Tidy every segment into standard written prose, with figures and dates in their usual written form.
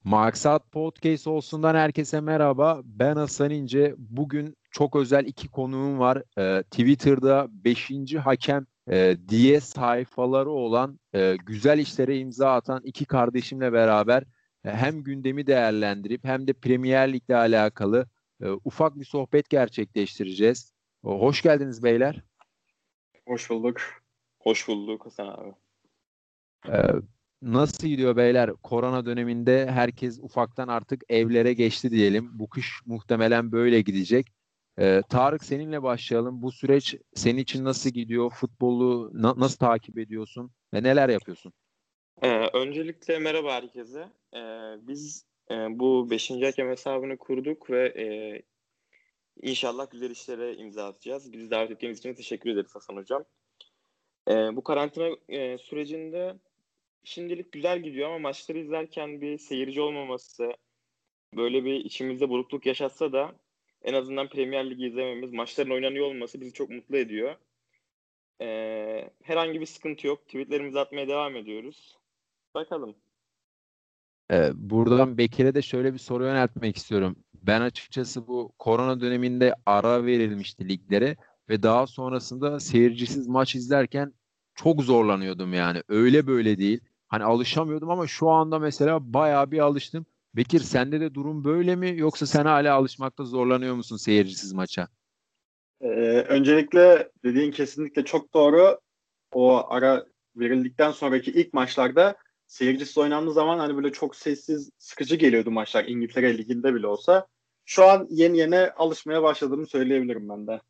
Maksat Podcast olsundan herkese merhaba. Ben Hasan İnce. Bugün çok özel iki konuğum var. Twitter'da beşinci hakem diye sayfaları olan güzel işlere imza atan iki kardeşimle beraber hem gündemi değerlendirip hem de Premier Lig'le alakalı ufak bir sohbet gerçekleştireceğiz. Hoş geldiniz beyler. Hoş bulduk. Hoş bulduk Hasan abi. Ee, Nasıl gidiyor beyler? Korona döneminde herkes ufaktan artık evlere geçti diyelim. Bu kış muhtemelen böyle gidecek. Tarık seninle başlayalım. Bu süreç senin için nasıl gidiyor? Futbolu nasıl takip ediyorsun ve neler yapıyorsun? Öncelikle merhaba herkese. Biz bu 5. hakem hesabını kurduk ve inşallah güzel işlere imza atacağız. Bizi davet ettiğiniz için teşekkür ederiz Hasan Hocam. Bu karantina sürecinde şimdilik güzel gidiyor ama maçları izlerken bir seyirci olmaması, böyle bir içimizde burukluk yaşatsa da en azından Premier Ligi izlememiz, maçların oynanıyor olması bizi çok mutlu ediyor. Herhangi bir sıkıntı yok. Tweetlerimizi atmaya devam ediyoruz. Bakalım. Buradan Bekir'e de şöyle bir soru yöneltmek istiyorum. Ben açıkçası bu korona döneminde ara verilmişti liglere ve daha sonrasında seyircisiz maç izlerken çok zorlanıyordum yani. Öyle böyle değil. Hani alışamıyordum ama şu anda mesela bayağı bir alıştım. Bekir sende de durum böyle mi yoksa sen hala alışmakta zorlanıyor musun seyircisiz maça? Ee, Öncelikle dediğin kesinlikle çok doğru. O ara verildikten sonraki ilk maçlarda seyircisiz oynandığı zaman hani böyle çok sessiz, sıkıcı geliyordu maçlar İngiltere Ligi'nde bile olsa. Şu an yeni yeni alışmaya başladığımı söyleyebilirim ben de.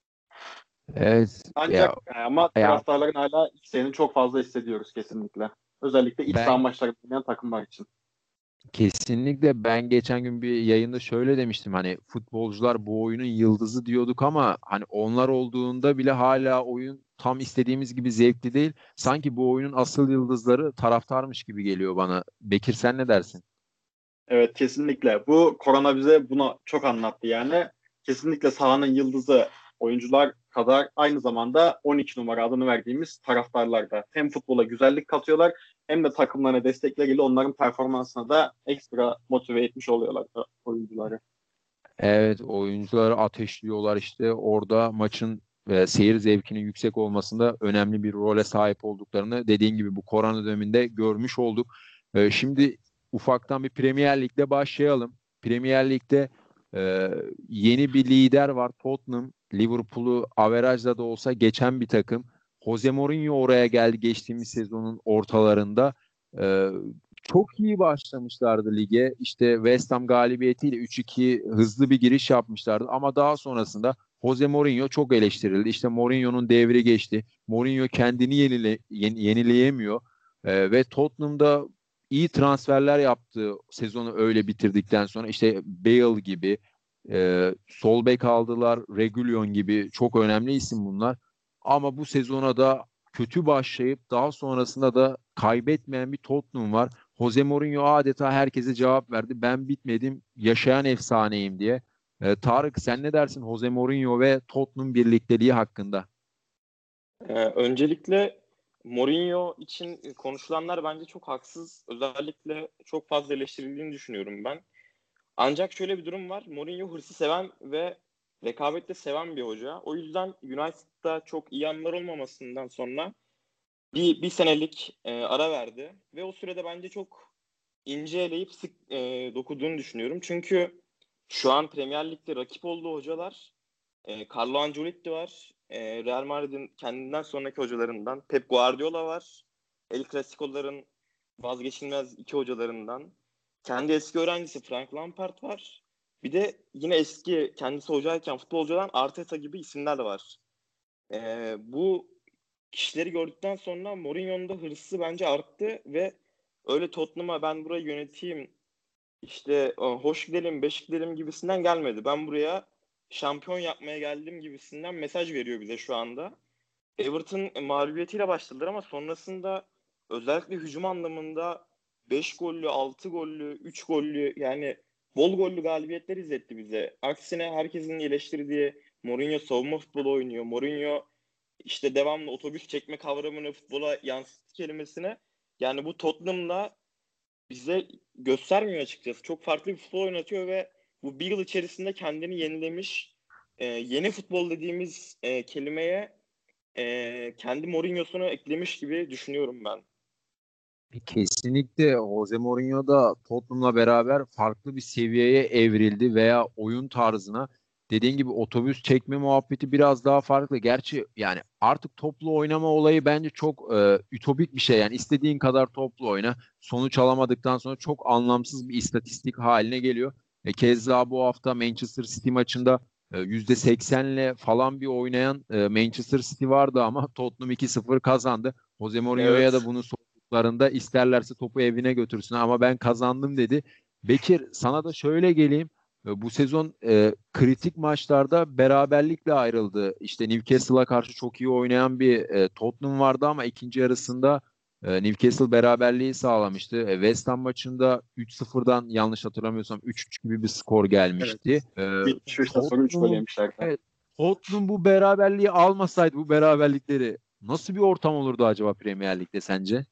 Evet Ancak ya, ama ya taraftarların hala isteğini çok fazla hissediyoruz kesinlikle. Özellikle iç saha ben maçlarında oynayan takımlar için. Kesinlikle ben geçen gün bir yayında şöyle demiştim hani futbolcular bu oyunun yıldızı diyorduk ama hani onlar olduğunda bile hala oyun tam istediğimiz gibi zevkli değil. Sanki bu oyunun asıl yıldızları taraftarmış gibi geliyor bana. Bekir sen ne dersin? Evet, kesinlikle. Bu korona bize bunu çok anlattı yani. Kesinlikle sahanın yıldızı oyuncular kadar aynı zamanda 12 numara adını verdiğimiz taraftarlar da hem futbola güzellik katıyorlar hem de takımlarına destekleriyle onların performansına da ekstra motive etmiş oluyorlar oyuncuları. Evet, oyuncuları ateşliyorlar işte orada maçın seyir zevkinin yüksek olmasında önemli bir role sahip olduklarını dediğin gibi bu korona döneminde görmüş olduk. Şimdi ufaktan bir Premier Lig'de başlayalım. Premier Lig'de e, yeni bir lider var Tottenham. Liverpool'u averajla da olsa geçen bir takım. Jose Mourinho oraya geldi geçtiğimiz sezonun ortalarında. E, Çok iyi başlamışlardı lige. İşte West Ham galibiyetiyle 3-2 hızlı bir giriş yapmışlardı. Ama daha sonrasında Jose Mourinho çok eleştirildi. İşte Mourinho'nun devri geçti. Mourinho kendini yenileyemiyor. Ve Tottenham'da iyi transferler yaptı sezonu öyle bitirdikten sonra. İşte Bale gibi, sol bek aldılar, Reguilon gibi çok önemli isim bunlar. Ama bu sezona da kötü başlayıp daha sonrasında da kaybetmeyen bir Tottenham var. Jose Mourinho adeta herkese cevap verdi. Ben bitmedim, yaşayan efsaneyim diye. Tarık sen ne dersin Jose Mourinho ve Tottenham birlikteliği hakkında? Öncelikle Mourinho için konuşulanlar bence çok haksız. Özellikle çok fazla eleştirildiğini düşünüyorum ben. Ancak şöyle bir durum var. Mourinho hırsı seven ve rekabette seven bir hoca. O yüzden United'da çok iyi anlar olmamasından sonra bir senelik ara verdi. Ve o sürede bence çok ince eleyip sık dokuduğunu düşünüyorum. Çünkü şu an Premier Lig'de rakip olduğu hocalar Carlo Ancelotti var. Real Madrid'in kendinden sonraki hocalarından. Pep Guardiola var. El Clasico'ların vazgeçilmez iki hocalarından. Kendi eski öğrencisi Frank Lampard var. Bir de yine eski kendisi hocayken futbolcu olan Arteta gibi isimler var. Bu kişileri gördükten sonra Mourinho'nun da hırsı bence arttı ve öyle Tottenham'a ben burayı yöneteyim işte hoş gidelim, beş gidelim gibisinden gelmedi. Ben buraya şampiyon yapmaya geldim gibisinden mesaj veriyor bize şu anda. Everton mağlubiyetiyle başladılar ama sonrasında özellikle hücum anlamında 5 gollü, 6 gollü, 3 gollü yani bol gollü galibiyetler izletti bize. Aksine herkesin eleştirdiği Mourinho savunma futbolu oynuyor. Mourinho işte devamlı otobüs çekme kavramını futbola yansıttı kelimesine. Yani bu Tottenham'la bize göstermiyor açıkçası. Çok farklı bir futbol oynatıyor ve bu bir yıl içerisinde kendini yenilemiş, yeni futbol dediğimiz kelimeye kendi Mourinho'sunu eklemiş gibi düşünüyorum ben. Kesinlikle Jose Mourinho da Tottenham'la beraber farklı bir seviyeye evrildi veya oyun tarzına dediğin gibi otobüs çekme muhabbeti biraz daha farklı. Gerçi yani artık toplu oynama olayı bence çok ütopik bir şey. Yani istediğin kadar toplu oyna. Sonuç alamadıktan sonra çok anlamsız bir istatistik haline geliyor. Keza bu hafta Manchester City maçında %80'le falan bir oynayan Manchester City vardı ama Tottenham 2-0 kazandı. Jose Mourinho'ya da Evet. bunu larında isterlerse topu evine götürsün ama ben kazandım dedi. Bekir sana da şöyle geleyim. Bu sezon kritik maçlarda beraberlikle ayrıldı. İşte Newcastle'a karşı çok iyi oynayan bir Tottenham vardı ama ikinci yarısında Newcastle beraberliği sağlamıştı. West Ham maçında 3-0'dan yanlış hatırlamıyorsam 3-3 gibi bir skor Evet. gelmişti. 75'ten sonra 3 gol yemişlerdi. Evet, Tottenham bu beraberliği almasaydı bu beraberlikleri nasıl bir ortam olurdu acaba Premier Lig'de sence?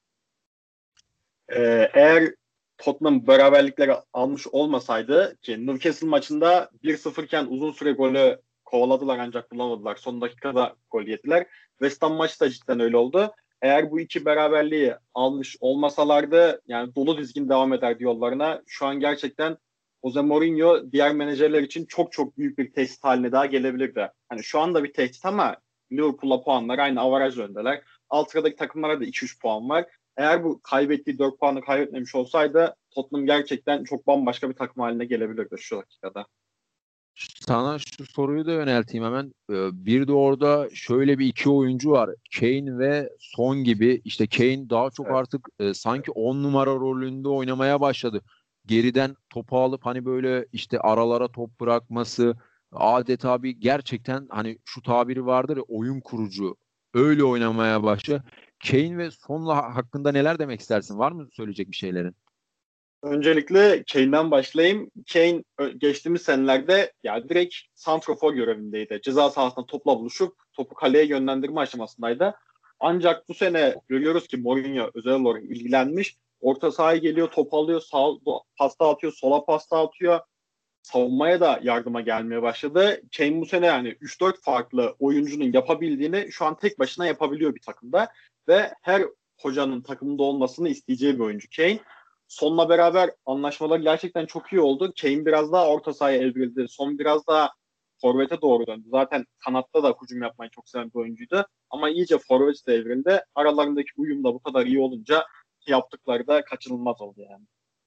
Eğer Tottenham beraberlikleri almış olmasaydı ki Newcastle maçında 1-0 iken uzun süre golü kovaladılar ancak bulamadılar. Son dakikada gol yediler. West Ham maçı da cidden öyle oldu. Eğer bu iki beraberliği almış olmasalardı yani dolu dizgin devam ederdi yollarına. Şu an gerçekten Jose Mourinho diğer menajerler için çok çok büyük bir tehdit haline daha gelebilirdi. Hani şu anda bir tehdit ama Liverpool'la puanlar aynı avaraj öndeler. Alt sıradaki takımlara da 2-3 puan var. Eğer bu kaybettiği 4 puanı kaybetmemiş olsaydı Tottenham gerçekten çok bambaşka bir takım haline gelebilirdi şu dakikada. Sana şu soruyu da yönelteyim hemen. Bir de orada şöyle bir iki oyuncu var. Kane ve Son gibi. İşte Kane daha çok Evet. artık sanki 10 numara rolünde oynamaya başladı. Geriden topu alıp hani böyle işte aralara top bırakması adeta bir gerçekten hani şu tabiri vardır ya oyun kurucu. Öyle oynamaya başladı. Kane ve Son'la hakkında neler demek istersin? Var mı söyleyecek bir şeylerin? Öncelikle Kane'den başlayayım. Kane geçtiğimiz senelerde ya direkt santrafor görevindeydi. Ceza sahasında topla buluşup topu kaleye yönlendirme aşamasındaydı. Ancak bu sene görüyoruz ki Mourinho özel olarak ilgilenmiş. Orta sahaya geliyor, top alıyor, sağ pasta atıyor, sola pasta atıyor. Savunmaya da yardıma gelmeye başladı. Kane bu sene yani 3-4 farklı oyuncunun yapabildiğini şu an tek başına yapabiliyor bir takımda. Ve her hocanın takımında olmasını isteyeceği bir oyuncu Kane. Sonla beraber anlaşmaları gerçekten çok iyi oldu. Kane biraz daha orta sahaya evrildi. Son biraz daha forvete doğru döndü. Zaten kanatta da hücum yapmayı çok seven bir oyuncuydu. Ama iyice forvete evrildi. Aralarındaki uyum da bu kadar iyi olunca yaptıkları da kaçınılmaz oldu yani.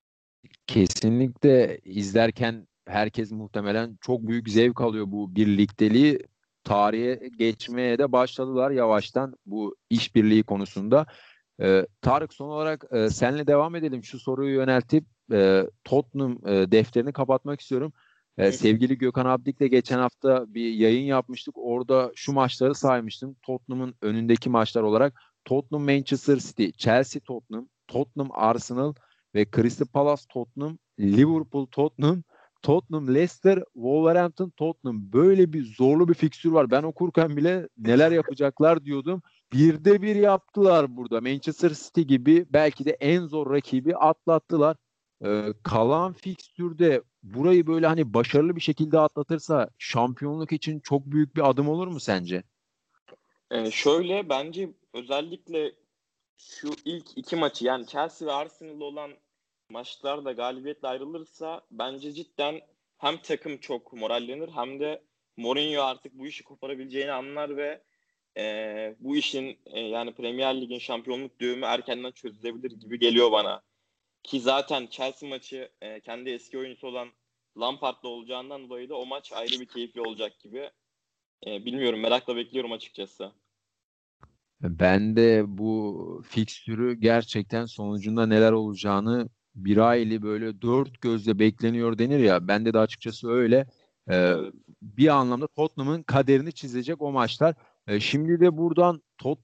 Kesinlikle izlerken herkes muhtemelen çok büyük zevk alıyor bu birlikteliği. Tarihe geçmeye de başladılar yavaştan bu işbirliği konusunda. Tarık son olarak senle devam edelim. Şu soruyu yöneltip Tottenham defterini kapatmak istiyorum. Sevgili Gökhan Abdik'le geçen hafta bir yayın yapmıştık. Orada şu maçları saymıştım. Tottenham'ın önündeki maçlar olarak Tottenham Manchester City, Chelsea Tottenham, Tottenham Arsenal ve Crystal Palace Tottenham, Liverpool Tottenham, Tottenham Leicester, Wolverhampton Tottenham. Böyle bir zorlu bir fikstür var. Ben okurken bile neler yapacaklar diyordum. Birde bir yaptılar burada. Manchester City gibi belki de en zor rakibi atlattılar. Kalan fikstürde burayı böyle hani başarılı bir şekilde atlatırsa şampiyonluk için çok büyük bir adım olur mu sence? Şöyle bence özellikle şu ilk iki maçı yani Chelsea ve Arsenal'la olan maçlarda galibiyetle ayrılırsa bence cidden hem takım çok morallenir hem de Mourinho artık bu işi koparabileceğini anlar ve bu işin yani Premier Lig'in şampiyonluk düğümü erkenden çözülebilir gibi geliyor bana. Ki zaten Chelsea maçı kendi eski oyuncusu olan Lampard'la olacağından dolayı da o maç ayrı bir keyifli olacak gibi. Bilmiyorum, merakla bekliyorum açıkçası. Ben de bu fikstürü gerçekten sonucunda neler olacağını bir aylı böyle dört gözle bekleniyor denir ya. Bende de açıkçası öyle. Ee, Evet. Bir anlamda Tottenham'ın kaderini çizecek o maçlar. Şimdi de buradan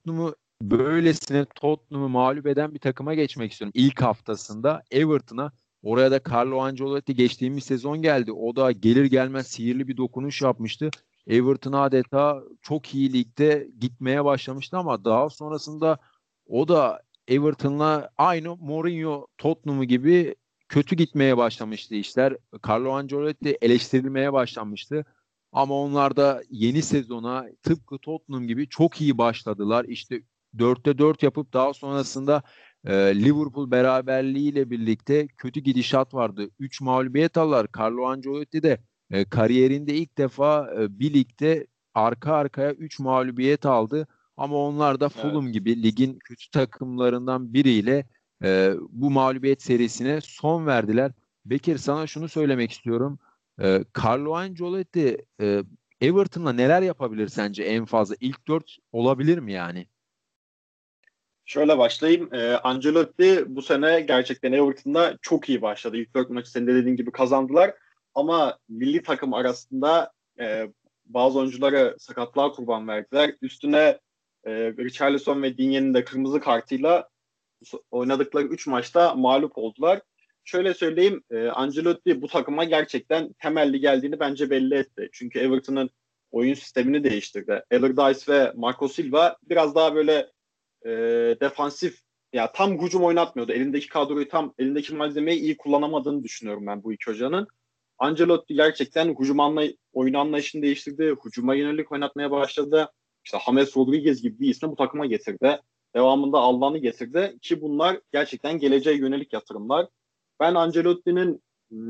Tottenham'ı mağlup eden bir takıma geçmek istiyorum. İlk haftasında Everton'a oraya da Carlo Ancelotti geçtiğimiz sezon geldi. O da gelir gelmez sihirli bir dokunuş yapmıştı. Everton adeta çok iyi ligde gitmeye başlamıştı ama daha sonrasında o da Everton'la aynı Mourinho Tottenham'ı gibi kötü gitmeye başlamıştı işler. Carlo Ancelotti eleştirilmeye başlanmıştı. Ama onlar da yeni sezona tıpkı Tottenham gibi çok iyi başladılar. İşte 4'te 4 yapıp daha sonrasında Liverpool beraberliğiyle birlikte kötü gidişat vardı. 3 mağlubiyet aldılar. Carlo Ancelotti de kariyerinde ilk defa bir ligde arka arkaya 3 mağlubiyet aldı. Ama onlar da Fulham Evet. gibi ligin kötü takımlarından biriyle bu mağlubiyet serisine son verdiler. Bekir, sana şunu söylemek istiyorum. Carlo Ancelotti Everton'la neler yapabilir sence en fazla? İlk 4 olabilir mi yani? Şöyle başlayayım. Ancelotti bu sene gerçekten Everton'da çok iyi başladı. İlk 4 maçı senin de dediğin gibi kazandılar. Ama milli takım arasında bazı oyuncuları sakatlığa kurban verdiler. Üstüne Richarlison ve Digne'nin de kırmızı kartıyla oynadıkları 3 maçta mağlup oldular. Şöyle söyleyeyim, Ancelotti bu takıma gerçekten temelli geldiğini bence belli etti. Çünkü Everton'ın oyun sistemini değiştirdi. Allardyce ve Marco Silva biraz daha böyle e, defansif, ya tam hücum oynatmıyordu. Elindeki kadroyu, tam elindeki malzemeyi iyi kullanamadığını düşünüyorum ben bu iki hocanın. Ancelotti gerçekten oyun anlayışını değiştirdi. Hücuma yönelik oynatmaya başladı. İşte James Rodriguez gibi bir ismi bu takıma getirdi. Devamında Allan'ı getirdi ki bunlar gerçekten geleceğe yönelik yatırımlar. Ben Ancelotti'nin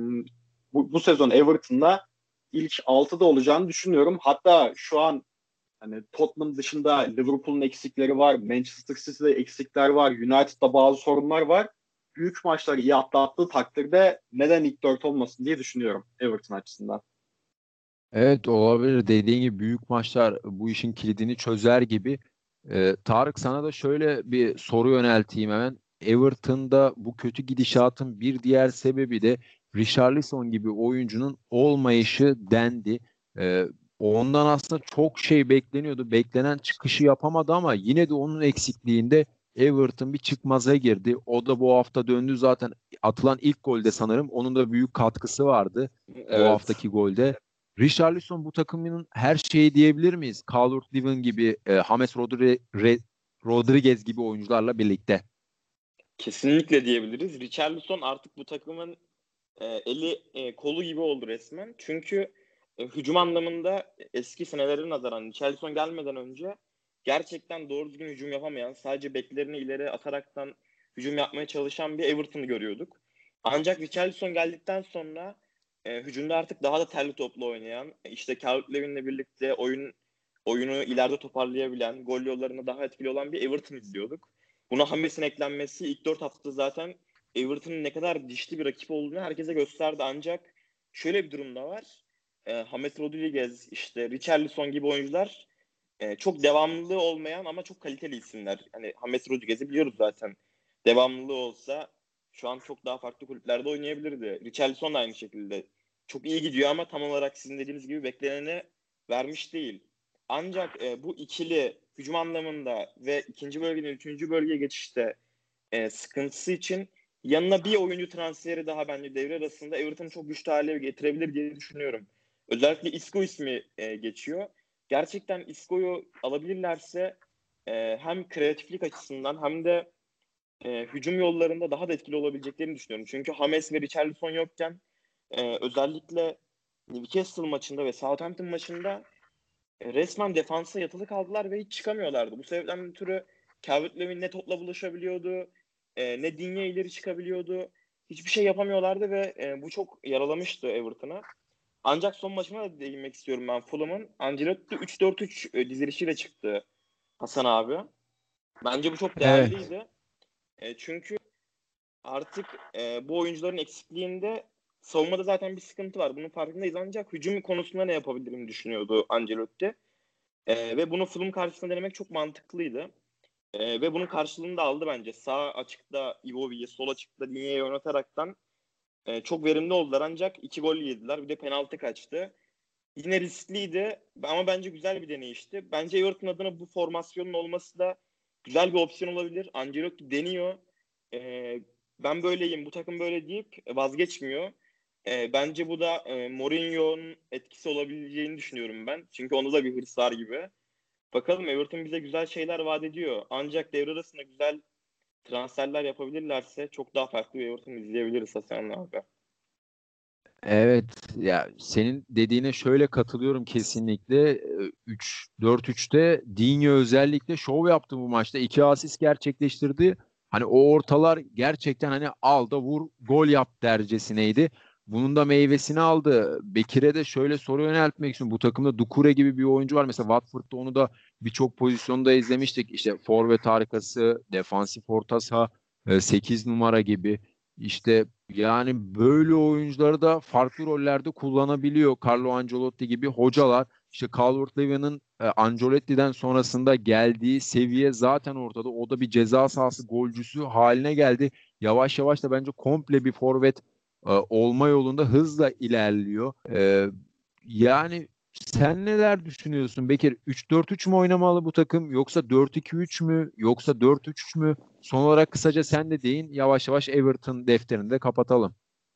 bu sezon Everton'da ilk 6'da olacağını düşünüyorum. Hatta şu an hani Tottenham dışında Liverpool'un eksikleri var, Manchester City'de eksikler var, United'da bazı sorunlar var. Büyük maçları iyi atlattığı takdirde neden ilk 4 olmasın diye düşünüyorum Everton açısından. Evet, olabilir. Dediğin gibi büyük maçlar bu işin kilidini çözer gibi. Tarık, sana da şöyle bir soru yönelteyim hemen. Everton'da bu kötü gidişatın bir diğer sebebi de Richarlison gibi oyuncunun olmayışı dendi. Ee, Ondan aslında çok şey bekleniyordu. Beklenen çıkışı yapamadı ama yine de onun eksikliğinde Everton bir çıkmaza girdi. O da bu hafta döndü zaten. Atılan ilk golde sanırım onun da büyük katkısı vardı o Evet. haftaki golde. Richarlison bu takımın her şeyi diyebilir miyiz? Calvert-Lewin gibi, Rodriguez gibi oyuncularla birlikte. Kesinlikle diyebiliriz. Richarlison artık bu takımın eli kolu gibi oldu resmen. Çünkü hücum anlamında eski senelere nazaran Richarlison gelmeden önce gerçekten doğru düzgün hücum yapamayan, sadece beklerini ileri ataraktan hücum yapmaya çalışan bir Everton'ı görüyorduk. Ancak Richarlison geldikten sonra hücumda artık daha da terli toplu oynayan, işte Calvert-Lewin'le birlikte oyunu ileride toparlayabilen, gol yollarında daha etkili olan bir Everton izliyorduk. Buna James'in eklenmesi ilk 4 hafta zaten Everton'ın ne kadar dişli bir rakip olduğunu herkese gösterdi. Ancak şöyle bir durum da var. James Rodriguez, işte Richarlison gibi oyuncular çok devamlılığı olmayan ama çok kaliteli isimler. Hani James Rodriguez'i biliyoruz zaten. Devamlılığı olsa şu an çok daha farklı kulüplerde oynayabilirdi. Richarlison da aynı şekilde. Çok iyi gidiyor ama tam olarak sizin dediğiniz gibi bekleneni vermiş değil. Ancak bu ikili hücum anlamında ve ikinci bölgeden üçüncü bölgeye geçişte sıkıntısı için yanına bir oyuncu transferi daha bence devre arasında Everton'ı çok güçlü hale getirebilir diye düşünüyorum. Özellikle Isco ismi geçiyor. Gerçekten Isco'yu alabilirlerse hem kreatiflik açısından hem de hücum yollarında daha da etkili olabileceklerini düşünüyorum. Çünkü James ve Richarlison yokken özellikle Newcastle maçında ve Southampton maçında resmen defansa yatılı kaldılar ve hiç çıkamıyorlardı. Bu sebepten ötürü Calvert-Lewin ne topla bulaşabiliyordu, ne Digne ileri çıkabiliyordu. Hiçbir şey yapamıyorlardı ve bu çok yaralamıştı Everton'a. Ancak son maçına da değinmek istiyorum ben Fulham'ın. Ancelotti 3-4-3 dizilişiyle çıktı Hasan abi. Bence bu çok Evet. değerliydi. Çünkü artık bu oyuncuların eksikliğinde savunmada zaten bir sıkıntı var. Bunun farkındayız ancak hücum konusunda ne yapabilirim düşünüyordu Ancelotti. Ve bunu Fulham karşısında denemek çok mantıklıydı. Ve bunun karşılığını da aldı bence. Sağ açıkta Iwobi'yi, sol açıkta Digne'yi oynataraktan çok verimli oldular. Ancak 2 gol yediler. Bir de penaltı kaçtı. Yine riskliydi ama bence güzel bir deneyişti. Bence Everton adına bu formasyonun olması da güzel bir opsiyon olabilir. Ancelotti deniyor. Ben böyleyim, bu takım böyle deyip vazgeçmiyor. Bence bu da Mourinho'nun etkisi olabileceğini düşünüyorum ben. Çünkü onda da bir hırs var gibi. Bakalım, Everton bize güzel şeyler vaat ediyor. Ancak devre arasında güzel transferler yapabilirlerse çok daha farklı bir Everton izleyebiliriz Hasan abi. Evet ya, senin dediğine şöyle katılıyorum kesinlikle. 4-3'te Dinho özellikle şov yaptı bu maçta. 2 asist gerçekleştirdi. Hani o ortalar gerçekten hani al da vur gol yap dercesineydi. Bunun da meyvesini aldı. Bekir'e de şöyle soru yöneltmek istiyorum. Bu takımda Doucouré gibi bir oyuncu var. Mesela Watford'da onu da birçok pozisyonda izlemiştik. İşte forvet arkası, defansif orta saha, 8 numara gibi. İşte yani böyle oyuncuları da farklı rollerde kullanabiliyor. Carlo Ancelotti gibi hocalar. İşte Calvert-Lewin'in Ancelotti'den sonrasında geldiği seviye zaten ortada. O da bir ceza sahası golcüsü haline geldi. Yavaş yavaş da bence komple bir forvet olma yolunda hızla ilerliyor. Yani sen neler düşünüyorsun Bekir? 3-4-3 mü oynamalı bu takım, yoksa 4-2-3 mü, yoksa 4-3-3 mü? Son olarak kısaca sen de deyin. Yavaş yavaş Everton defterini de kapatalım.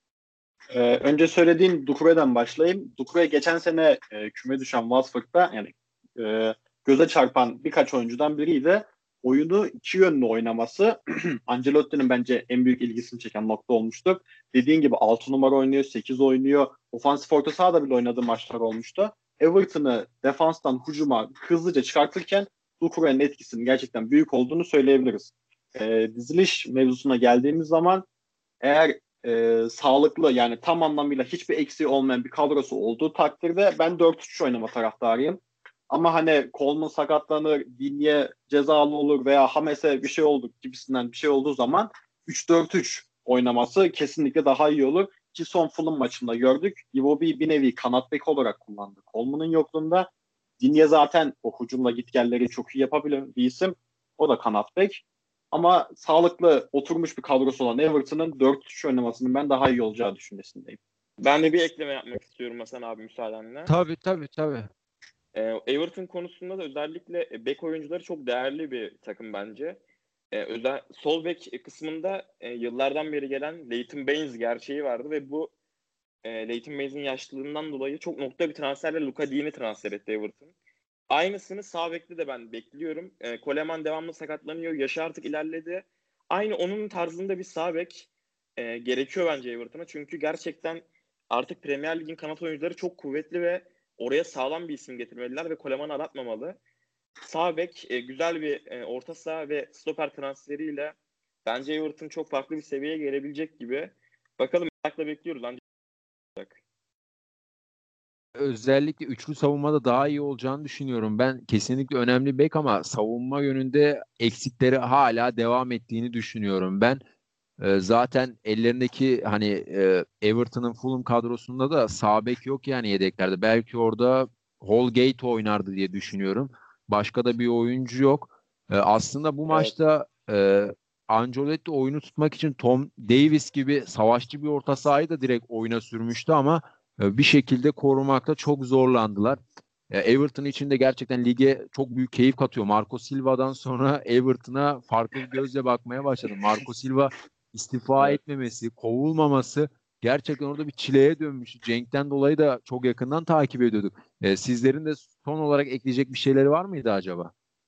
Önce söylediğim Doucouré'den başlayayım. Doucouré geçen sene küme düşen Watford'da yani göze çarpan birkaç oyuncudan biriydi. Oyunu iki yönlü oynaması Ancelotti'nin bence en büyük ilgisini çeken nokta olmuştur. Dediğin gibi 6 numara oynuyor, 8 oynuyor. Ofansif orta sahada bile oynadığı maçlar olmuştu. Everton'ı defanstan hücuma hızlıca çıkartırken Doucouré'nin etkisinin gerçekten büyük olduğunu söyleyebiliriz. Diziliş mevzusuna geldiğimiz zaman eğer sağlıklı yani tam anlamıyla hiçbir eksiği olmayan bir kadrosu olduğu takdirde ben 4-3 oynama taraftarıyım. Ama hani Coleman sakatlanır, Digne cezalı olur veya Hames'e bir şey oldu gibisinden bir şey olduğu zaman 3-4-3 oynaması kesinlikle daha iyi olur. Ki son Fulham maçında gördük. Iwobi'yi bir nevi kanat bek olarak kullandı. Coleman'ın yokluğunda Digne zaten o hücumla gitgelleri çok iyi yapabilen bir isim. O da kanat bek. Ama sağlıklı oturmuş bir kadrosu olan Everton'ın 4-3 oynamasının ben daha iyi olacağı düşüncesindeyim. Ben de bir ekleme yapmak istiyorum Hasan abi müsaadenle. Tabii tabii tabii. Everton konusunda da özellikle bek oyuncuları çok değerli bir takım bence. Sol bek kısmında yıllardan beri gelen Leighton Baines gerçeği vardı ve bu Leighton Baines'in yaşlılığından dolayı çok nokta bir transferle Luka Dean'i transfer etti Everton. Aynısını sağ bekte de ben bekliyorum. Coleman devamlı sakatlanıyor. Yaşı artık ilerledi. Aynı onun tarzında bir sağ bek gerekiyor bence Everton'a. Çünkü gerçekten artık Premier Lig'in kanat oyuncuları çok kuvvetli ve oraya sağlam bir isim getirmeliler ve Coleman'ı aratmamalı. Sağ bek güzel bir orta saha ve stoper transferiyle bence Everton çok farklı bir seviyeye gelebilecek gibi. Bakalım merakla bekliyoruz ancak. Özellikle üçlü savunmada daha iyi olacağını düşünüyorum. Ben kesinlikle önemli bek ama savunma yönünde eksikleri hala devam ettiğini düşünüyorum. Ben zaten ellerindeki hani Everton'ın Fulham kadrosunda da sağ bek yok yani yedeklerde. Belki orada Holgate oynardı diye düşünüyorum. Başka da bir oyuncu yok. Aslında bu Evet. maçta Ancelotti oyunu tutmak için Tom Davis gibi savaşçı bir orta sahayı da direkt oyuna sürmüştü ama bir şekilde korumakta çok zorlandılar. Everton için de gerçekten lige çok büyük keyif katıyor. Marco Silva'dan sonra Everton'a farklı bir gözle bakmaya başladım. Marco Silva istifa Evet. etmemesi, kovulmaması gerçekten orada bir çileye dönmüş. Cenk'ten dolayı da çok yakından takip ediyorduk. Sizlerin de son olarak ekleyecek bir şeyleri var mıydı acaba?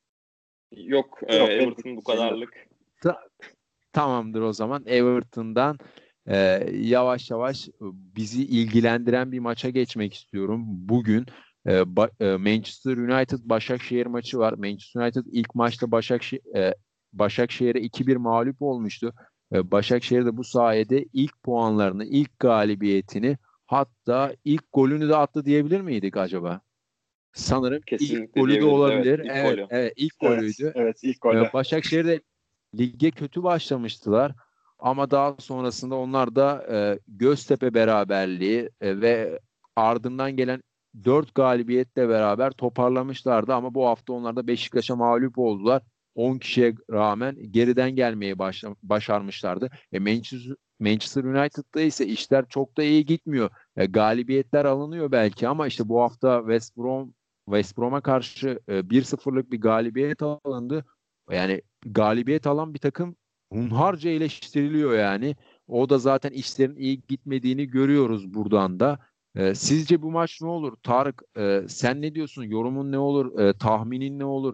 Yok Yok benim Everton bu şeyim yok. kadarlık. Tamamdır o zaman. Everton'dan e, yavaş yavaş bizi ilgilendiren bir maça geçmek istiyorum. Bugün Manchester United Başakşehir maçı var. Manchester United ilk maçta Başakşehir'e 2-1 mağlup olmuştu. Başakşehir de bu sayede ilk puanlarını, ilk galibiyetini, hatta ilk golünü de attı diyebilir miydik acaba? Sanırım ilk Kesinlikle golü de diyebiliriz. Evet, olabilir. ilk Evet, golü. evet ilk Evet, golüydü. evet ilk golü. Başakşehir de lige kötü başlamıştılar. Ama daha sonrasında onlar da Göztepe beraberliği ve ardından gelen 4 galibiyetle beraber toparlamışlardı. Ama bu hafta onlar da Beşiktaş'a mağlup oldular. 10 kişiye rağmen geriden gelmeyi başarmışlardı. Manchester United'da ise işler çok da iyi gitmiyor. Galibiyetler alınıyor belki ama işte bu hafta West Brom'a karşı 1-0'lık bir galibiyet alındı. Yani galibiyet alan bir takım hunharca eleştiriliyor yani. O da zaten işlerin iyi gitmediğini görüyoruz buradan da. Sizce bu maç ne olur? Tarık sen ne diyorsun? Yorumun ne olur? Tahminin ne olur?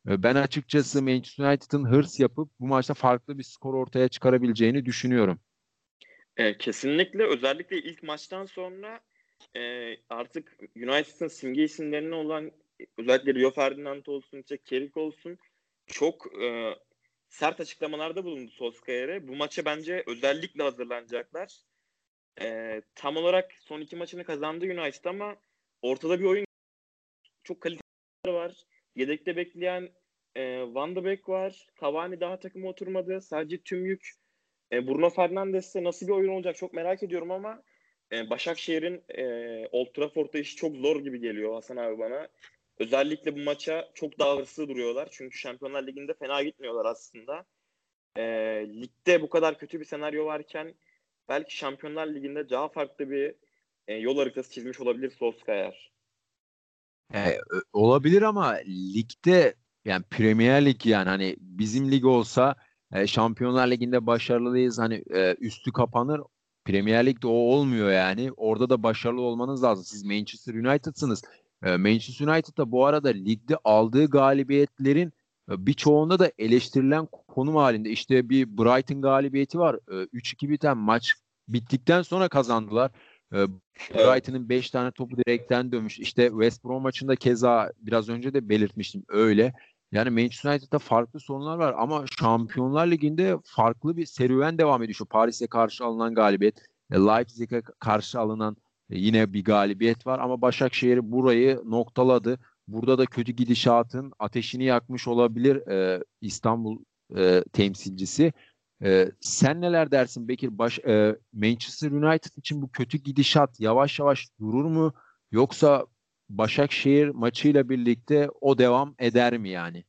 Ben açıkçası Manchester United'ın hırs yapıp bu maçta farklı bir skor ortaya çıkarabileceğini düşünüyorum. Kesinlikle özellikle ilk maçtan sonra artık United'ın simge isimlerine olan özellikle Rio Ferdinand olsun, işte Carrick olsun çok sert açıklamalarda bulundu Solskjaer'e. Bu maça bence özellikle hazırlanacaklar. Tam olarak son iki maçını kazandı United ama ortada bir oyun çok kaliteli var. Yedekte bekleyen Van de Beek var. Cavani daha takıma oturmadı. Sadece tüm yük Bruno Fernandes'te nasıl bir oyun olacak çok merak ediyorum ama Başakşehir'in Old Trafford'da işi çok zor gibi geliyor Hasan abi bana. Özellikle bu maça çok daha hırslı duruyorlar. Çünkü Şampiyonlar Ligi'nde fena gitmiyorlar aslında. E, Ligde bu kadar kötü bir senaryo varken belki Şampiyonlar Ligi'nde daha farklı bir yol haritası çizmiş olabilir Solskjaer. Olabilir ama ligde yani Premier Lig yani hani bizim lig olsa Şampiyonlar Ligi'nde başarılıyız hani üstü kapanır. Premier Lig'de o olmuyor yani. Orada da başarılı olmanız lazım. Siz Manchester United'sınız. Manchester United da bu arada ligde aldığı galibiyetlerin birçoğunda da eleştirilen konum halinde. İşte bir Brighton galibiyeti var. 3-2 biten maç bittikten sonra kazandılar. E, Evet. Brighton'ın 5 tane topu direkten dönmüş. İşte West Brom maçında keza biraz önce de belirtmiştim öyle. Yani Manchester United'da farklı sorunlar var ama Şampiyonlar Ligi'nde farklı bir serüven devam ediyor. Şu Paris'e karşı alınan galibiyet, Leipzig'e karşı alınan yine bir galibiyet var ama Başakşehir burayı noktaladı. Burada da kötü gidişatın ateşini yakmış olabilir İstanbul temsilcisi. Sen neler dersin Bekir? Manchester United için bu kötü gidişat yavaş yavaş durur mu? Yoksa Başakşehir maçıyla birlikte o devam eder mi yani?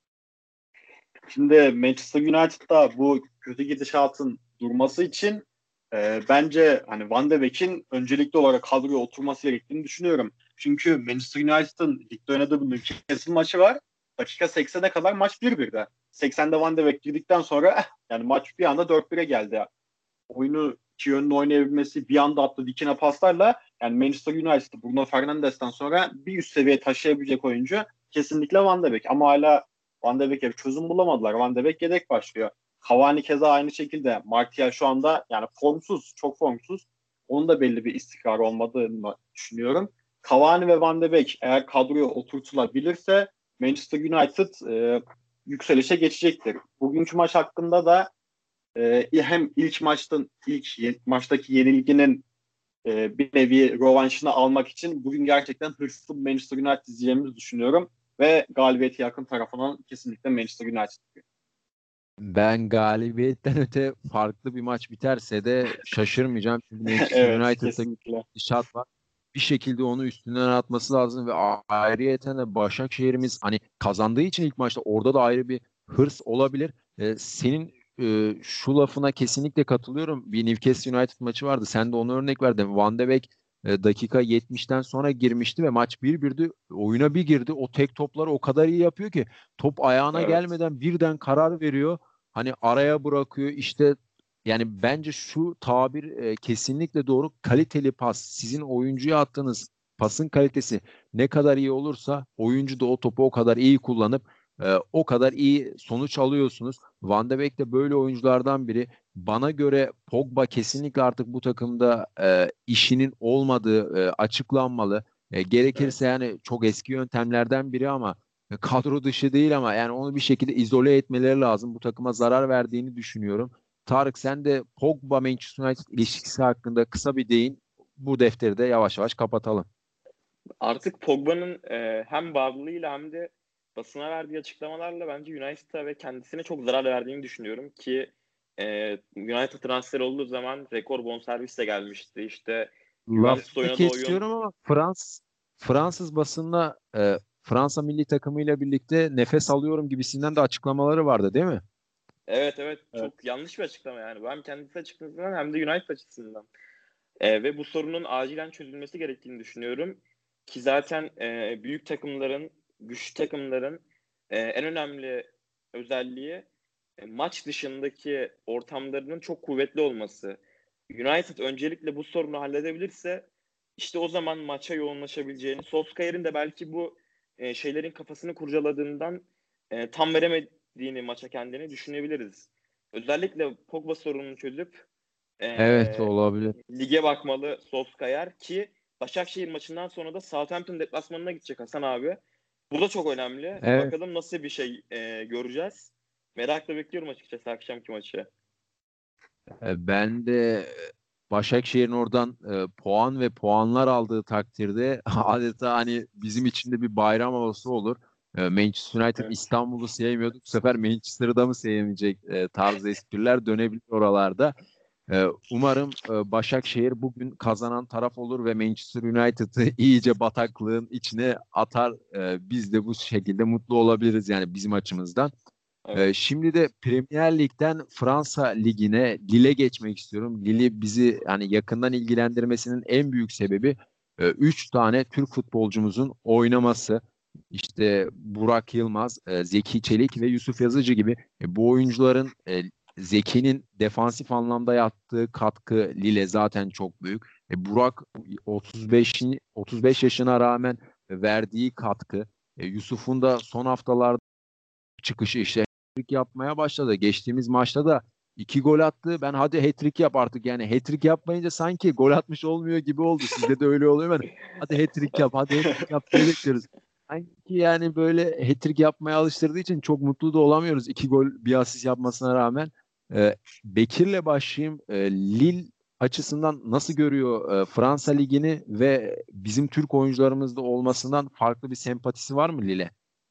Şimdi Manchester United'da bu kötü gidişatın durması için bence hani Van de Beek'in öncelikli olarak kadroya oturması gerektiğini düşünüyorum. Çünkü Manchester United'ın ligde oynadığı bir Newcastle maçı var. Dakika 80'e kadar maç 1-1'de. 80'de Van de Beek girdikten sonra yani maç bir anda 4-1'e geldi. Oyunu iki yönlü oynayabilmesi, bir anda attığı dikine paslarla yani Manchester United'ı Bruno Fernandes'ten sonra bir üst seviyeye taşıyabilecek oyuncu kesinlikle Van de Beek. Ama hala Van de Beek'e bir çözüm bulamadılar. Van de Beek yedek başlıyor. Cavani keza aynı şekilde. Martial şu anda yani formsuz, çok formsuz. Onun da belli bir istikrar olmadığını düşünüyorum. Cavani ve Van de Beek eğer kadroya oturtulabilirse Manchester United yükselişe geçecektir. Bugünkü maç hakkında da hem ilk maçtaki yenilginin bir nevi rövanşını almak için bugün gerçekten hırslı Manchester United izleyeceğimizi düşünüyorum ve galibiyeti yakın tarafından kesinlikle Manchester United. Ben galibiyetten öte farklı bir maç biterse de şaşırmayacağım. Çünkü Manchester Evet, United'da kesinlikle. gidişat var. Bir şekilde onu üstünden atması lazım ve ayrıyeten de Başakşehir'imiz hani kazandığı için ilk maçta orada da ayrı bir hırs olabilir. Senin şu lafına kesinlikle katılıyorum. Bir Newcastle United maçı vardı. Sen de onu örnek verdin. Van de Beek dakika 70'ten sonra girmişti ve maç 1-1'di. Oyuna bir girdi. O tek topları o kadar iyi yapıyor ki top ayağına Evet. gelmeden birden karar veriyor. Hani araya bırakıyor işte yani bence şu tabir kesinlikle doğru. Kaliteli pas. Sizin oyuncuya attığınız pasın kalitesi ne kadar iyi olursa oyuncu da o topu o kadar iyi kullanıp o kadar iyi sonuç alıyorsunuz. Van de Beek de böyle oyunculardan biri. Bana göre Pogba kesinlikle artık bu takımda işinin olmadığı açıklanmalı. Evet. Gerekirse yani çok eski yöntemlerden biri ama kadro dışı değil ama yani onu bir şekilde izole etmeleri lazım. Bu takıma zarar verdiğini düşünüyorum. Tarık sen de Pogba Manchester United ilişkisi hakkında kısa bir değin. Bu defteri de yavaş yavaş kapatalım. Artık Pogba'nın hem bağlılığıyla hem de basına verdiği açıklamalarla bence United'a ve kendisine çok zarar verdiğini düşünüyorum ki United transfer olduğu zaman rekor bonservisle gelmişti. İşte Juventus Lafını oynadığı oyun. kesiyorum ama Fransız basında Fransa milli takımıyla birlikte nefes alıyorum gibisinden de açıklamaları vardı değil mi? Evet, evet, çok Evet. yanlış bir açıklama yani. Hem kendisi açısından hem de United açısından. Ve bu sorunun acilen çözülmesi gerektiğini düşünüyorum. Ki zaten büyük takımların, güçlü takımların en önemli özelliği maç dışındaki ortamlarının çok kuvvetli olması. United öncelikle bu sorunu halledebilirse işte o zaman maça yoğunlaşabileceğini, Solskjaer'in de belki bu şeylerin kafasını kurcaladığından tam veremediğini maça kendini düşünebiliriz. Özellikle Pogba sorununu çözüp Evet, olabilir. lige bakmalı Solskjaer ki Başakşehir maçından sonra da Southampton deplasmanına gidecek Hasan abi. Bu da çok önemli. Evet. Bakalım nasıl bir şey göreceğiz. Merakla bekliyorum açıkçası akşamki maçı. Ben de Başakşehir'in oradan puan ve puanlar aldığı takdirde adeta hani bizim için de bir bayram havası olur. Manchester United Evet. İstanbul'u sevmiyorduk. Bu sefer Manchester'ı da mı sevmeyecek tarzı espriler dönebilir oralarda. Umarım Başakşehir bugün kazanan taraf olur ve Manchester United'ı iyice bataklığın içine atar. Biz de bu şekilde mutlu olabiliriz yani bizim açımızdan. Evet. Şimdi de Premier Lig'den Fransa Ligi'ne, Lille geçmek istiyorum. Lille bizi hani yakından ilgilendirmesinin en büyük sebebi 3 tane Türk futbolcumuzun oynaması. İşte Burak Yılmaz, Zeki Çelik ve Yusuf Yazıcı gibi bu oyuncuların Zeki'nin defansif anlamda yaptığı katkı Lille zaten çok büyük. Burak 35 yaşına rağmen verdiği katkı, Yusuf'un da son haftalarda çıkışı işte hat-trick yapmaya başladı. Geçtiğimiz maçta da 2 gol attı. Ben hadi hat-trick yap artık yani hat-trick yapmayınca sanki gol atmış olmuyor gibi oldu. Sizde de öyle oluyor mu? Hadi hat-trick yap, hadi hat-trick yap diye bekliyoruz. Sanki yani böyle hat-trick yapmaya alıştırdığı için çok mutlu da olamıyoruz. 2 gol bir asist yapmasına rağmen. Bekir'le başlayayım. Lille açısından nasıl görüyor Fransa Ligi'ni ve bizim Türk oyuncularımızda olmasından farklı bir sempatisi var mı Lille?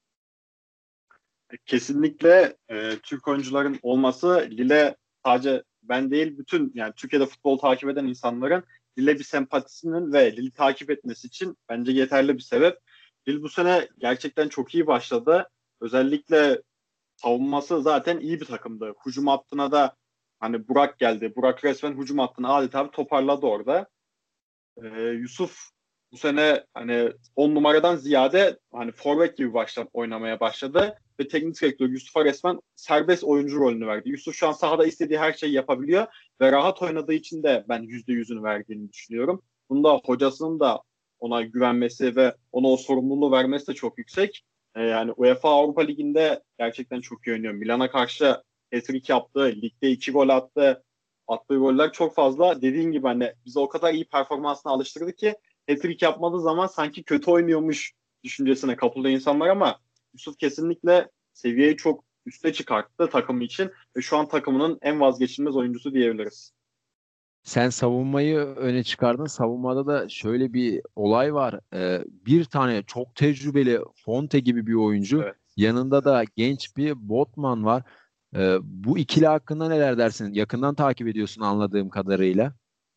Kesinlikle Türk oyuncuların olması Lille sadece ben değil bütün yani Türkiye'de futbol takip eden insanların Lille bir sempatisinin ve Lille takip etmesi için bence yeterli bir sebep. Lille bu sene gerçekten çok iyi başladı. Özellikle savunması zaten iyi bir takımdı. Hücum hattına da hani Burak geldi. Burak resmen hücum hattını adeta bir toparladı orada. Yusuf bu sene hani 10 numaradan ziyade hani forvet gibi oynamaya başladı ve teknik direktör Yusuf'a resmen serbest oyuncu rolünü verdi. Yusuf şu an sahada istediği her şeyi yapabiliyor ve rahat oynadığı için de ben %100'ünü verdiğini düşünüyorum. Bunda hocasının da ona güvenmesi ve ona o sorumluluğu vermesi de çok yüksek. Yani UEFA Avrupa Ligi'nde gerçekten çok iyi oynuyor. Milan'a karşı hat-trick yaptı, ligde 2 gol attı. Attığı goller çok fazla. Dediğin gibi hani bizi o kadar iyi performansına alıştırdı ki hat-trick yapmadığı zaman sanki kötü oynuyormuş düşüncesine kapılıyor insanlar ama Yusuf kesinlikle seviyeyi çok üste çıkarttı takımı için ve şu an takımının en vazgeçilmez oyuncusu diyebiliriz. Sen savunmayı öne çıkardın. Savunmada da şöyle bir olay var. Bir tane çok tecrübeli Fonte gibi bir oyuncu. Evet. Yanında da genç bir Botman var. Bu ikili hakkında neler dersin? Yakından takip ediyorsun anladığım kadarıyla.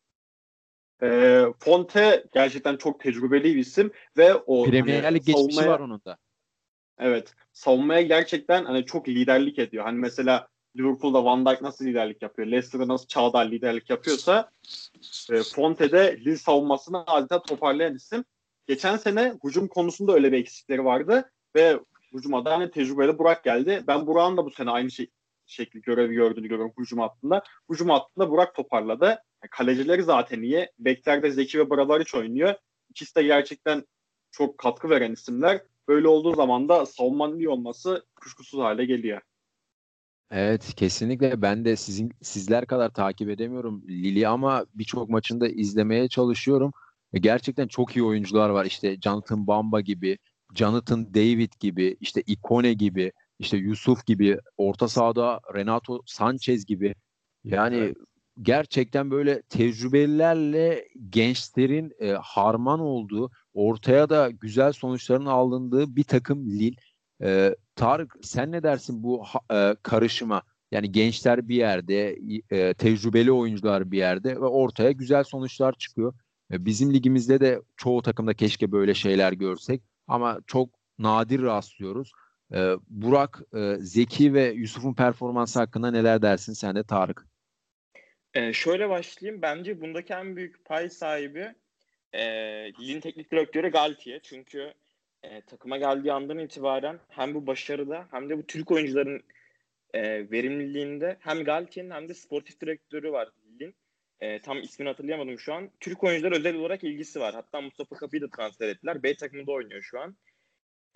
Fonte gerçekten çok tecrübeli bir isim ve o hani Premier Lig geçmişi var savunmaya onun da. evet savunmaya gerçekten hani çok liderlik ediyor. Hani mesela Liverpool'da Van Dijk nasıl liderlik yapıyor? Leicester'da nasıl Çağlar liderlik yapıyorsa Fonte'de Lille savunmasını adeta toparlayan isim. Geçen sene hücum konusunda öyle bir eksikleri vardı ve hücuma da hani tecrübeli Burak geldi. Ben Burak'ın da bu sene aynı şekli görevi gördüğünü görüyorum hücum hattında. Hücum hattında Burak toparladı. Kalecileri zaten iyi. Beklerde Zeki ve Bradaric oynuyor. İkisi de gerçekten çok katkı veren isimler. Böyle olduğu zaman da savunmanın iyi olması kuşkusuz hale geliyor. Evet, kesinlikle ben de sizler kadar takip edemiyorum Lili ama birçok maçını da izlemeye çalışıyorum. Gerçekten çok iyi oyuncular var. İşte Jonathan Bamba gibi, Jonathan David gibi, işte Ikone gibi, işte Yusuf gibi, orta sahada Renato Sanchez gibi. Evet. Yani gerçekten böyle tecrübelilerle gençlerin harman olduğu, ortaya da güzel sonuçların alındığı bir takım Lille. Tarık sen ne dersin bu karışıma? Yani gençler bir yerde, tecrübeli oyuncular bir yerde ve ortaya güzel sonuçlar çıkıyor. Bizim ligimizde de çoğu takımda keşke böyle şeyler görsek ama çok nadir rastlıyoruz. Burak, Zeki ve Yusuf'un performansı hakkında neler dersin sen de Tarık? Şöyle başlayayım. Bence bundaki en büyük pay sahibi Lille'in teknik direktörü Galtier. Çünkü takıma geldiği andan itibaren hem bu başarıda hem de bu Türk oyuncuların verimliliğinde hem Galtier'in hem de sportif direktörü var Lille'in. Tam ismini hatırlayamadım şu an. Türk oyuncular özel olarak ilgisi var. Hatta Mustafa Kapı'yı da transfer ettiler. B takımında oynuyor şu an.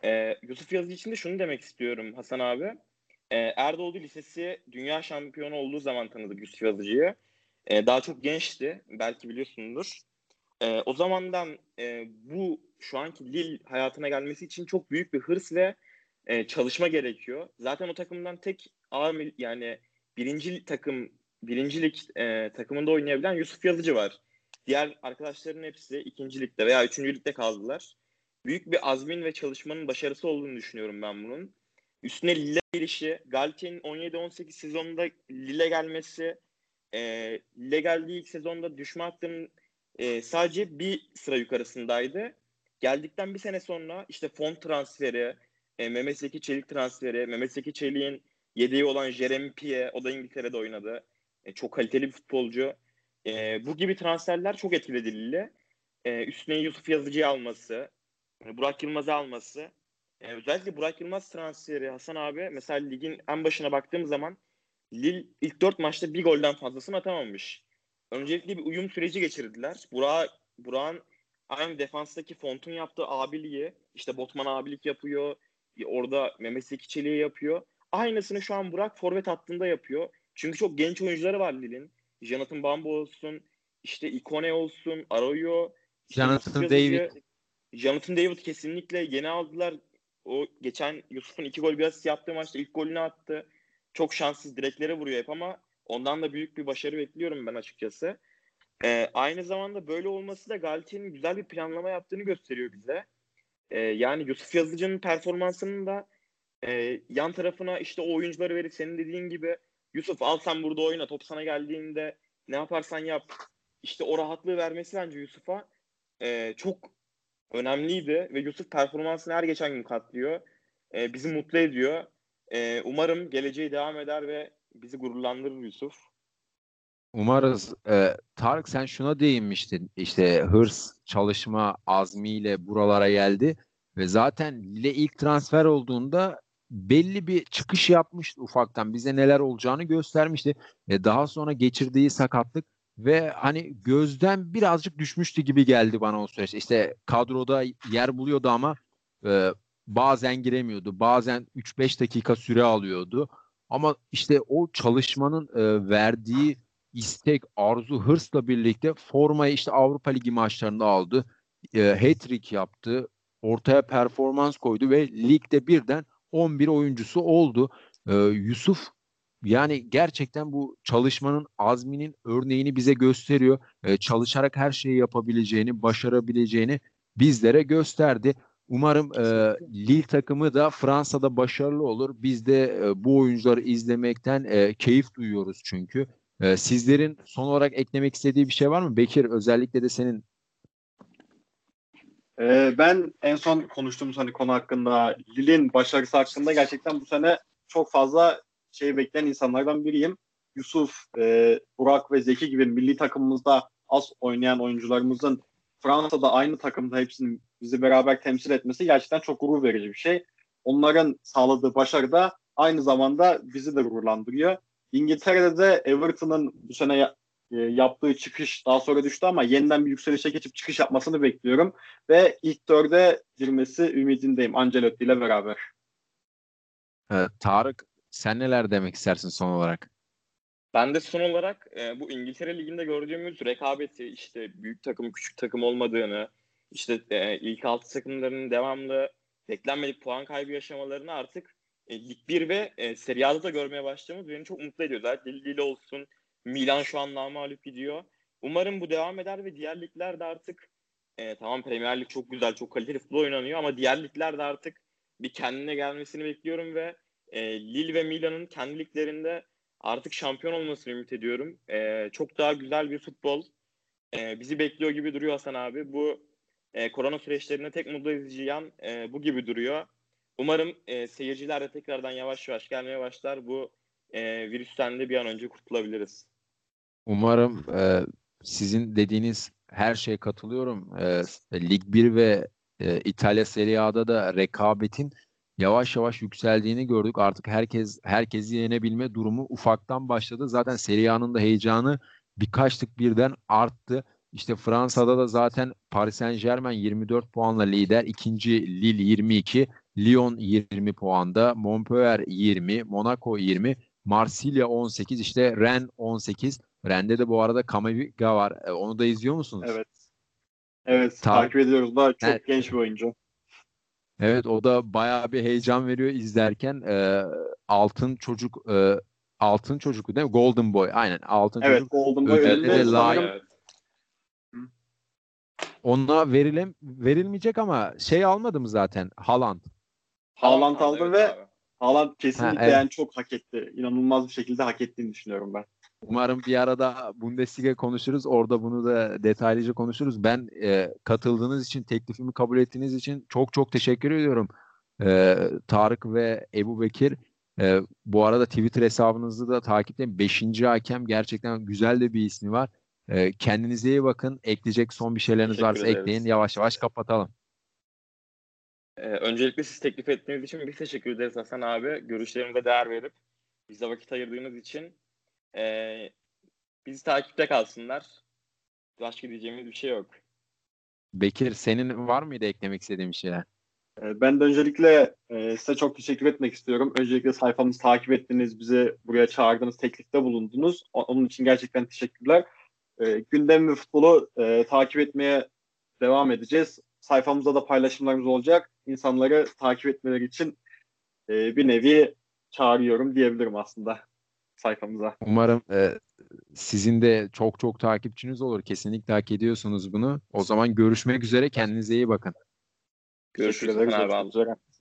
Yusuf Yazıcı için de şunu demek istiyorum Hasan abi. Erdoğdu Lisesi dünya şampiyonu olduğu zaman tanıdık Yusuf Yazıcı'yı. Daha çok gençti. Belki biliyorsundur. O zamandan bu şu anki Lille hayatına gelmesi için çok büyük bir hırs ve çalışma gerekiyor. Zaten o takımdan tek yani birincilik takımında oynayabilen Yusuf Yazıcı var. Diğer arkadaşların hepsi ikincilikte veya üçüncülükte kaldılar. Büyük bir azmin ve çalışmanın başarısı olduğunu düşünüyorum ben bunun. Üstüne Lille gelişi, Galtier'in 17-18 sezonunda Lille gelmesi, Lille geldiği ilk sezonda düşme hattının sadece bir sıra yukarısındaydı. Geldikten bir sene sonra işte fon transferi, Mehmet Zeki Çelik transferi, Mehmet Zeki Çelik'in yedeği olan Jeremy Pie, o da İngiltere'de oynadı. Çok kaliteli bir futbolcu. Bu gibi transferler çok etkiledi Lille. Üstüne Yusuf Yazıcı'yı alması, Burak Yılmaz'ı alması. Özellikle Burak Yılmaz transferi Hasan abi, mesela ligin en başına baktığım zaman Lille ilk 4 maçta bir golden fazlasını atamamış. Öncelikle bir uyum süreci geçirdiler. Burak'ın aynı defanstaki Font'un yaptığı abiliği, işte Botman abilik yapıyor. Orada Mehmet Zeki Çelik'i yapıyor. Aynısını şu an Burak forvet hattında yapıyor. Çünkü çok genç oyuncuları var Lille'in. Jonathan Bambo olsun, işte Ikone olsun, Arroyo, işte Yusuf Jonathan David. Yazıcı. Jonathan David kesinlikle yeni aldılar. O geçen Yusuf'un 2 gol bir asist yaptığı maçta ilk golünü attı. Çok şanssız, direklere vuruyor hep ama ondan da büyük bir başarı bekliyorum ben açıkçası. Aynı zamanda böyle olması da Galtier'in güzel bir planlama yaptığını gösteriyor bize. Yani Yusuf Yazıcı'nın performansının da yan tarafına işte o oyuncuları verip senin dediğin gibi Yusuf al sen burada oyna, top sana geldiğinde ne yaparsan yap. İşte o rahatlığı vermesi bence Yusuf'a çok önemliydi ve Yusuf performansını her geçen gün katlıyor. Bizi mutlu ediyor. Umarım geleceği devam eder ve bizi gururlandırır Yusuf. Umarız. Tarık, sen şuna değinmiştin. İşte hırs, çalışma azmiyle buralara geldi ve zaten Lille ilk transfer olduğunda belli bir çıkış yapmıştı ufaktan. Bize neler olacağını göstermişti. Daha sonra geçirdiği sakatlık ve hani gözden birazcık düşmüştü gibi geldi bana o süreçte. İşte kadroda yer buluyordu ama e, bazen giremiyordu. Bazen 3-5 dakika süre alıyordu. Ama işte o çalışmanın verdiği istek, arzu, hırsla birlikte formayı işte Avrupa Ligi maçlarında aldı. Hat-trick yaptı. Ortaya performans koydu ve ligde birden 11 oyuncusu oldu. Yusuf yani gerçekten bu çalışmanın azminin örneğini bize gösteriyor. Çalışarak her şeyi yapabileceğini, başarabileceğini bizlere gösterdi. Umarım Lille takımı da Fransa'da başarılı olur. Biz de bu oyuncuları izlemekten keyif duyuyoruz çünkü. Sizlerin son olarak eklemek istediği bir şey var mı? Bekir, özellikle de senin. Ben en son konuştuğumuz hani konu hakkında, Lille'in başarısı hakkında gerçekten bu sene çok fazla şey bekleyen insanlardan biriyim. Yusuf, Burak ve Zeki gibi milli takımımızda az oynayan oyuncularımızın Fransa'da aynı takımda hepsinin bizi beraber temsil etmesi gerçekten çok gurur verici bir şey. Onların sağladığı başarı da aynı zamanda bizi de gururlandırıyor. İngiltere'de de Everton'ın bu sene yaptığı çıkış daha sonra düştü ama yeniden bir yükselişe geçip çıkış yapmasını bekliyorum. Ve ilk dörde girmesi ümidindeyim Ancelotti ile beraber. Tarık, sen neler demek istersin son olarak? Ben de son olarak bu İngiltere Ligi'nde gördüğümüz rekabeti, işte büyük takım küçük takım olmadığını, işte ilk 6 takımlarının devamlı beklenmedik puan kaybı yaşamalarını artık Lig 1 ve Serie A'da da görmeye başladığımız beni çok mutlu ediyor. Zaten Lille olsun, Milan şu an namağlup gidiyor. Umarım bu devam eder ve diğer ligler de artık tamam, Premier Lig çok güzel, çok kaliteli futbol oynanıyor ama diğer ligler de artık bir kendine gelmesini bekliyorum ve Lille ve Milan'ın kendi liglerinde artık şampiyon olmasını ümit ediyorum. Çok daha güzel bir futbol bizi bekliyor gibi duruyor Hasan abi. Bu korona süreçlerinde tek mutlu edici yan bu gibi duruyor. Umarım seyirciler de tekrardan yavaş yavaş gelmeye başlar. Bu virüsten de bir an önce kurtulabiliriz. Umarım sizin dediğiniz her şeye katılıyorum. Lig 1 ve İtalya Serie A'da da rekabetin yavaş yavaş yükseldiğini gördük. Artık herkesi yenebilme durumu ufaktan başladı. Zaten Serie A'nın da heyecanı birkaç tık birden arttı. İşte Fransa'da da zaten Paris Saint-Germain 24 puanla lider. İkinci Lille 22. Lyon 20 puanda, Montpellier 20, Monaco 20, Marsilya 18, işte Rennes 18. Rennes'de de bu arada Camavinga var. Onu da izliyor musunuz? Evet. Evet, Tarık, takip ediyoruz da evet, çok genç bir oyuncu. evet, o da bayağı bir heyecan veriyor izlerken. Altın çocuk, altın çocuk değil mi? Golden Boy. Aynen, altın Evet, çocuk Golden Boy Evet, ödülüne ödülünde de Golden Boy, layık. sanırım evet. Ona verilmeyecek ama şey almadı mı zaten? Haaland. Haaland Haaland aldı, aldı evet ve abi. Haaland Ha, kesinlikle evet. yani çok hak etti. İnanılmaz bir şekilde hak ettiğini düşünüyorum ben. Umarım bir arada Bundesliga konuşuruz. Orada bunu da detaylıca konuşuruz. Ben katıldığınız için, teklifimi kabul ettiğiniz için çok çok teşekkür ediyorum. Tarık ve Ebu Bekir. Bu arada Twitter hesabınızı da takipleyin. Beşinci Hakem, gerçekten güzel de bir ismi var. Kendinize iyi bakın. Ekleyecek son bir şeyleriniz Teşekkür varsa ekleyin. ederiz. Yavaş yavaş kapatalım. Öncelikle siz teklif ettiğiniz için biz teşekkür ederiz Hasan abi. Görüşlerimize değer verip bize vakit ayırdığınız için e, bizi takipte kalsınlar. Başka diyeceğimiz bir şey yok. Bekir, senin var mıydı eklemek istediğin bir şeyler? Ben de öncelikle size çok teşekkür etmek istiyorum. Öncelikle sayfamızı takip ettiniz, bizi buraya çağırdınız, teklifte bulundunuz. Onun için gerçekten teşekkürler. Gündem ve futbolu takip etmeye devam edeceğiz. Sayfamızda da paylaşımlarımız olacak. İnsanları takip etmeleri için bir nevi çağırıyorum diyebilirim aslında sayfamıza. Umarım sizin de çok çok takipçiniz olur. Kesinlikle hak ediyorsunuz bunu. O zaman görüşmek üzere. Kendinize iyi bakın. Teşekkür Görüşürüz Hasan ederiz. abi. Görüşmek üzere.